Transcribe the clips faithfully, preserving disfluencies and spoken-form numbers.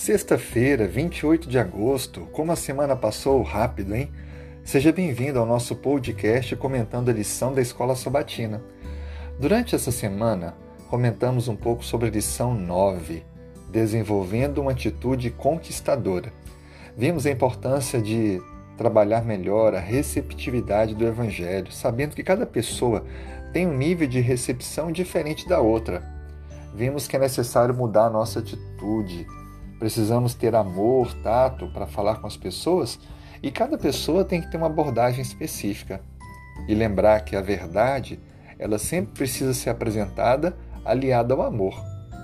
Sexta-feira, vinte e oito de agosto, como a semana passou rápido, hein? Seja bem-vindo ao nosso podcast comentando a lição da Escola Sabatina. Durante essa semana, comentamos um pouco sobre a lição nove, desenvolvendo uma atitude conquistadora. Vimos a importância de trabalhar melhor a receptividade do Evangelho, sabendo que cada pessoa tem um nível de recepção diferente da outra. Vimos que é necessário mudar a nossa atitude. Precisamos ter amor, tato para falar com as pessoas e cada pessoa tem que ter uma abordagem específica. E lembrar que a verdade, ela sempre precisa ser apresentada aliada ao amor.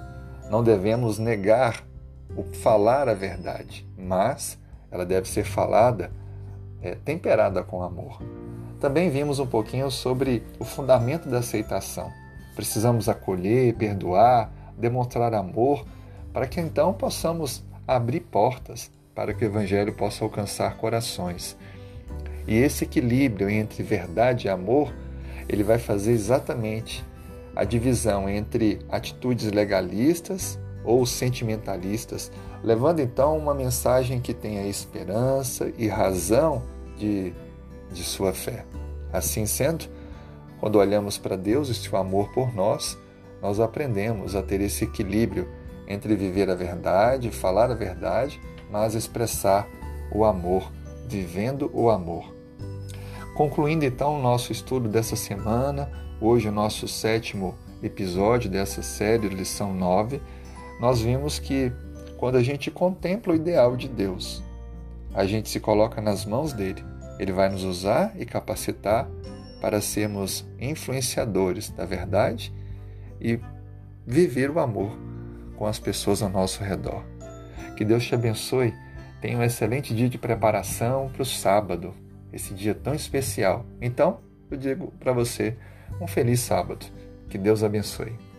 Não devemos negar o falar a verdade, mas ela deve ser falada é, temperada com amor. Também vimos um pouquinho sobre o fundamento da aceitação. Precisamos acolher, perdoar, demonstrar amor, para que então possamos abrir portas para que o Evangelho possa alcançar corações. E esse equilíbrio entre verdade e amor, ele vai fazer exatamente a divisão entre atitudes legalistas ou sentimentalistas, levando então uma mensagem que tenha esperança e razão de, de sua fé. Assim sendo, quando olhamos para Deus e seu amor por nós, nós aprendemos a ter esse equilíbrio entre viver a verdade, falar a verdade, mas expressar o amor, vivendo o amor. Concluindo então o nosso estudo dessa semana, hoje o nosso sétimo episódio dessa série, lição nove, nós vimos que quando a gente contempla o ideal de Deus, a gente se coloca nas mãos dele, ele vai nos usar e capacitar para sermos influenciadores da verdade e viver o amor com as pessoas ao nosso redor. Que Deus te abençoe. Tenha um excelente dia de preparação para o sábado, esse dia tão especial. Então, eu digo para você um feliz sábado. Que Deus abençoe.